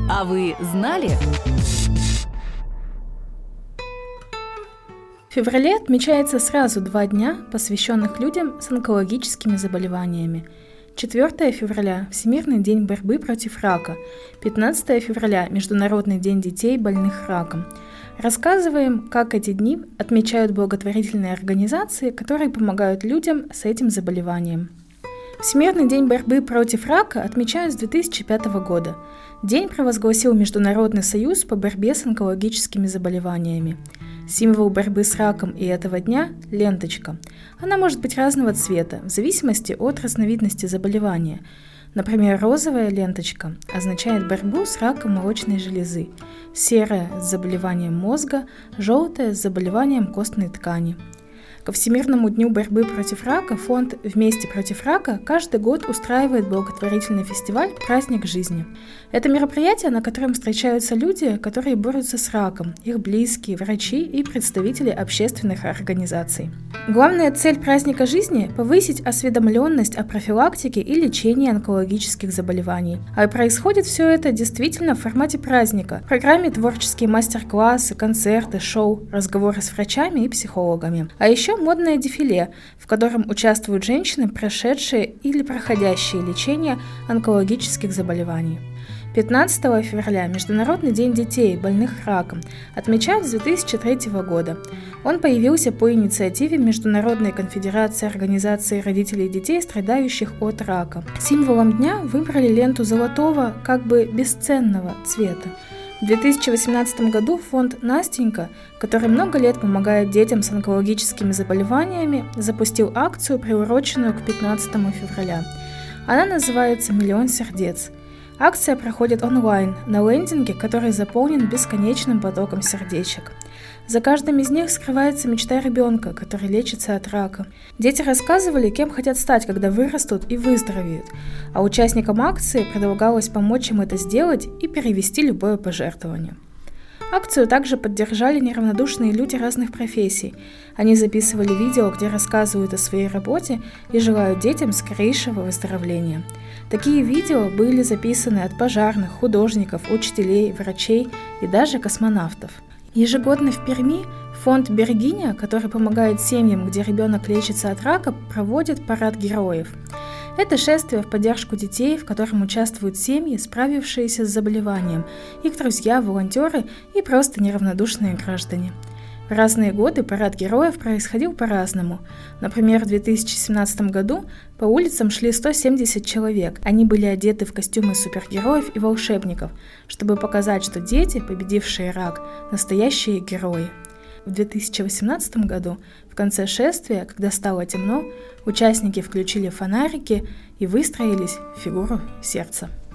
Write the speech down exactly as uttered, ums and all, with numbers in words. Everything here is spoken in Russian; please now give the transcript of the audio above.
А вы знали? В феврале отмечается сразу два дня, посвященных людям с онкологическими заболеваниями. четвёртого февраля – Всемирный день борьбы против рака, пятнадцатого февраля – Международный день детей, больных раком. Рассказываем, как эти дни отмечают благотворительные организации, которые помогают людям с этим заболеванием. Всемирный день борьбы против рака отмечают с две тысячи пятого года. День провозгласил Международный союз по борьбе с онкологическими заболеваниями. Символ борьбы с раком и этого дня – ленточка. Она может быть разного цвета, в зависимости от разновидности заболевания. Например, розовая ленточка означает борьбу с раком молочной железы, серая – с заболеванием мозга, желтая – с заболеванием костной ткани. Ко Всемирному дню борьбы против рака фонд «Вместе против рака» каждый год устраивает благотворительный фестиваль «Праздник жизни». Это мероприятие, на котором встречаются люди, которые борются с раком, их близкие, врачи и представители общественных организаций. Главная цель праздника жизни – повысить осведомленность о профилактике и лечении онкологических заболеваний. А происходит все это действительно в формате праздника. В программе творческие мастер-классы, концерты, шоу, разговоры с врачами и психологами. А еще модное дефиле, в котором участвуют женщины, прошедшие или проходящие лечение онкологических заболеваний. пятнадцатого февраля – Международный день детей, больных раком, отмечают с две тысячи третьего года. Он появился по инициативе Международной конфедерации организаций родителей детей, страдающих от рака. Символом дня выбрали ленту золотого, как бы бесценного цвета. В две тысячи восемнадцатом году фонд «Настенька», который много лет помогает детям с онкологическими заболеваниями, запустил акцию, приуроченную к пятнадцатому февраля. Она называется «Миллион сердец». Акция проходит онлайн, на лендинге, который заполнен бесконечным потоком сердечек. За каждым из них скрывается мечта ребенка, который лечится от рака. Дети рассказывали, кем хотят стать, когда вырастут и выздоровеют, а участникам акции предлагалось помочь им это сделать и перевести любое пожертвование. Акцию также поддержали неравнодушные люди разных профессий. Они записывали видео, где рассказывают о своей работе и желают детям скорейшего выздоровления. Такие видео были записаны от пожарных, художников, учителей, врачей и даже космонавтов. Ежегодно в Перми фонд «Берегиня», который помогает семьям, где ребенок лечится от рака, проводит парад героев. Это шествие в поддержку детей, в котором участвуют семьи, справившиеся с заболеванием, их друзья, волонтеры и просто неравнодушные граждане. В разные годы парад героев происходил по-разному. Например, в две тысячи семнадцатом году по улицам шли сто семьдесят человек. Они были одеты в костюмы супергероев и волшебников, чтобы показать, что дети, победившие рак, настоящие герои. В две тысячи восемнадцатом году, в конце шествия, когда стало темно, участники включили фонарики и выстроились в фигуру сердца.